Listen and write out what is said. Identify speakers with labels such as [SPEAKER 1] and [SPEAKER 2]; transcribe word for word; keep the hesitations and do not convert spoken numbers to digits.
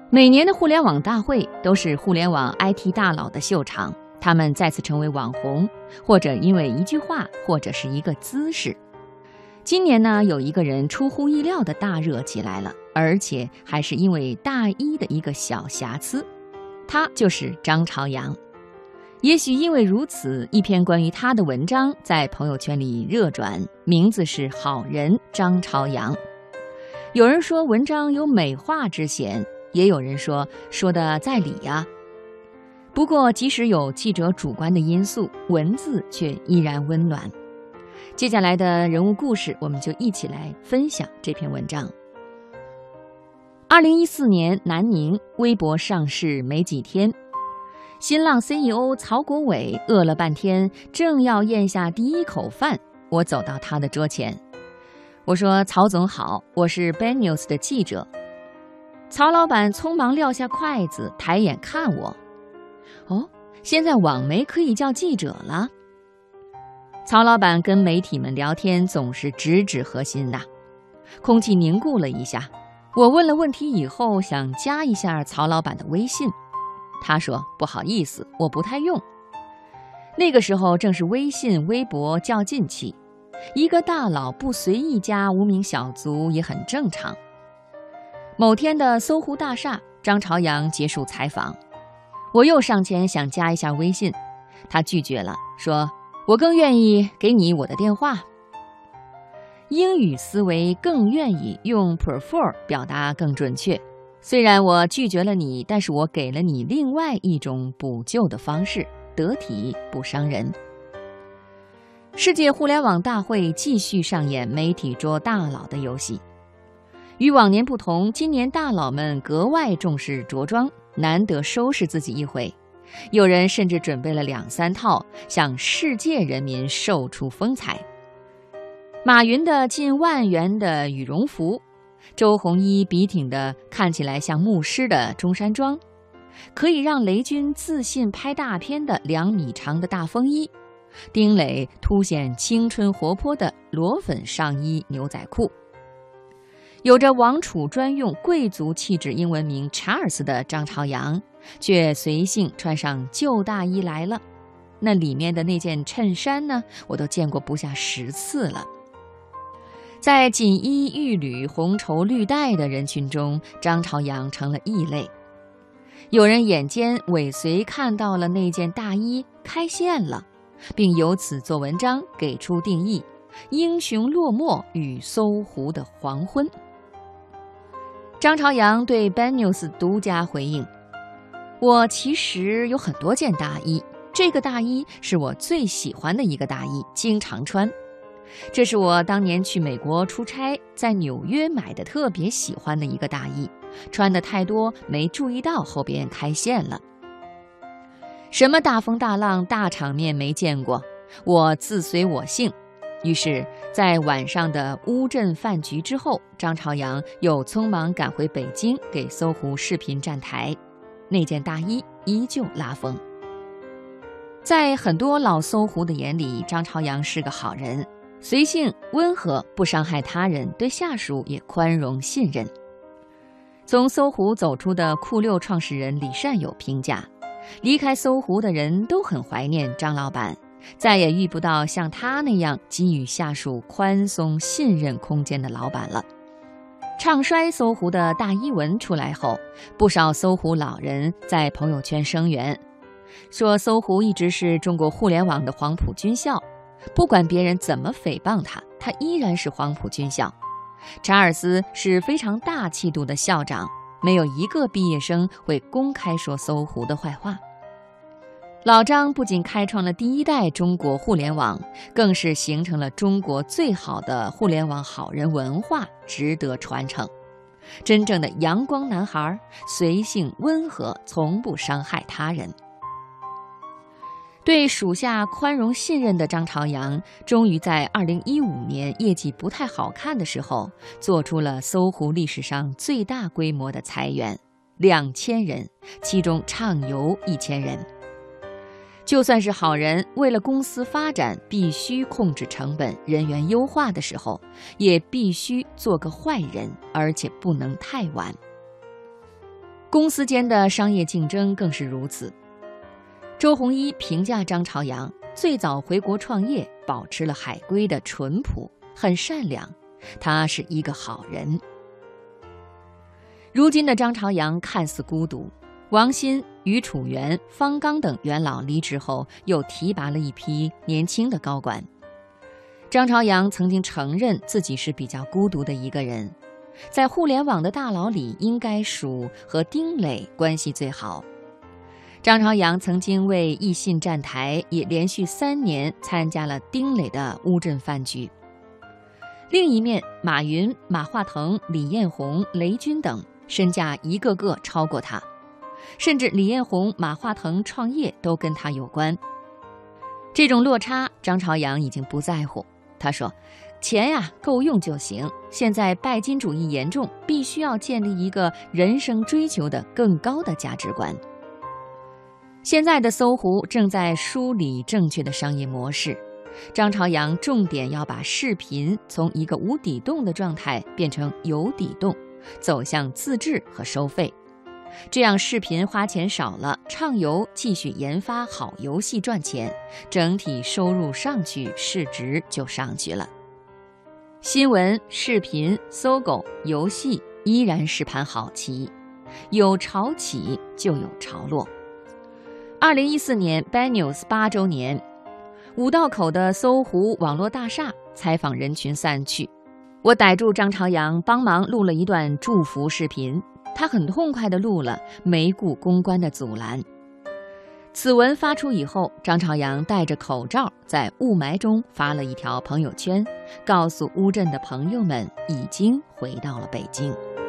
[SPEAKER 1] 每年的互联网大会都是互联网 I T 大佬的秀场，他们再次成为网红，或者因为一句话，或者是一个姿势。今年呢，有一个人出乎意料的大热起来了，而且还是因为大衣的一个小瑕疵，他就是张朝阳。也许因为如此，一篇关于他的文章在朋友圈里热转，名字是《好人张朝阳》。有人说文章有美化之嫌，也有人说说的在理呀。不过即使有记者主观的因素，文字却依然温暖。接下来的人物故事，我们就一起来分享这篇文章。二零一四年南宁，微博上市没几天，新浪 C E O 曹国伟饿了半天，正要咽下第一口饭，我走到他的桌前，我说：“曹总好，我是 Bad News 的记者。”曹老板匆忙撂下筷子，抬眼看我：“哦，现在网媒可以叫记者了？”曹老板跟媒体们聊天总是直指核心的。空气凝固了一下，我问了问题以后，想加一下曹老板的微信。他说：“不好意思，我不太用。”那个时候正是微信、微博较劲期，一个大佬不随意加无名小卒也很正常。某天的搜狐大厦，张朝阳结束采访，我又上前想加一下微信，他拒绝了，说：“我更愿意给你我的电话。”英语思维更愿意用 prefer 表达更准确。虽然我拒绝了你，但是我给了你另外一种补救的方式，得体不伤人。世界互联网大会继续上演媒体捉大佬的游戏。与往年不同，今年大佬们格外重视着装，难得收拾自己一回。有人甚至准备了两三套，向世界人民秀出风采。马云的近万元的羽绒服，周鸿祎笔挺的看起来像牧师的中山装，可以让雷军自信拍大片的两米长的大风衣，丁磊凸显青春活泼的裸粉上衣牛仔裤。有着王储专用贵族气质英文名查尔斯的张朝阳却随性穿上旧大衣来了，那里面的那件衬衫呢，我都见过不下十次了。在锦衣玉履红绸绿带的人群中，张朝阳成了异类。有人眼尖尾随看到了那件大衣开线了，并由此做文章给出定义：英雄落寞与搜狐的黄昏。张朝阳对 Bad News 独家回应：“我其实有很多件大衣，这个大衣是我最喜欢的一个大衣，经常穿。这是我当年去美国出差，在纽约买的特别喜欢的一个大衣，穿的太多没注意到后边开线了。什么大风大浪大场面没见过，我自随我性。”于是在晚上的乌镇饭局之后，张朝阳又匆忙赶回北京给搜狐视频站台，那件大衣依旧拉风。在很多老搜狐的眼里，张朝阳是个好人，随性温和，不伤害他人，对下属也宽容信任。从搜狐走出的酷六创始人李善友评价，离开搜狐的人都很怀念张老板，再也遇不到像他那样给予下属宽松信任空间的老板了。唱衰搜狐的大一文出来后，不少搜狐老人在朋友圈声援，说搜狐一直是中国互联网的黄埔军校，不管别人怎么诽谤他，他依然是黄埔军校。查尔斯是非常大气度的校长，没有一个毕业生会公开说搜狐的坏话。老张不仅开创了第一代中国互联网，更是形成了中国最好的互联网好人文化，值得传承。真正的阳光男孩，随性温和，从不伤害他人。对属下宽容信任的张朝阳，终于在二零一五年业绩不太好看的时候，做出了搜狐历史上最大规模的裁员，两千人，其中畅游一千人。就算是好人，为了公司发展必须控制成本、人员优化的时候，也必须做个坏人，而且不能太晚。 公司间的商业竞争更是如此。周鸿祎评价张朝阳，最早回国创业，保持了海归的淳朴，很善良，他是一个好人。如今的张朝阳看似孤独，王鑫、于楚元、方刚等元老离职后，又提拔了一批年轻的高管。张朝阳曾经承认自己是比较孤独的一个人，在互联网的大佬里，应该属和丁磊关系最好。张朝阳曾经为易信站台，也连续三年参加了丁磊的乌镇饭局。另一面，马云、马化腾、李彦宏、雷军等身价一个个超过他，甚至李彦宏、马化腾创业都跟他有关。这种落差，张朝阳已经不在乎。他说：“钱呀，够用就行。现在拜金主义严重，必须要建立一个人生追求的更高的价值观。”现在的搜狐正在梳理正确的商业模式，张朝阳重点要把视频从一个无底洞的状态变成有底洞，走向自制和收费。这样视频花钱少了，畅游继续研发好游戏赚钱，整体收入上去，市值就上去了。新闻、视频、搜狗、游戏依然是盘好棋，有潮起就有潮落。二零一四年 Bad News 八周年，五道口的搜狐网络大厦采访人群散去，我逮住张朝阳帮忙录了一段祝福视频，他很痛快地录了，没顾公关的阻拦。此文发出以后，张朝阳戴着口罩在雾霾中发了一条朋友圈，告诉乌镇的朋友们已经回到了北京。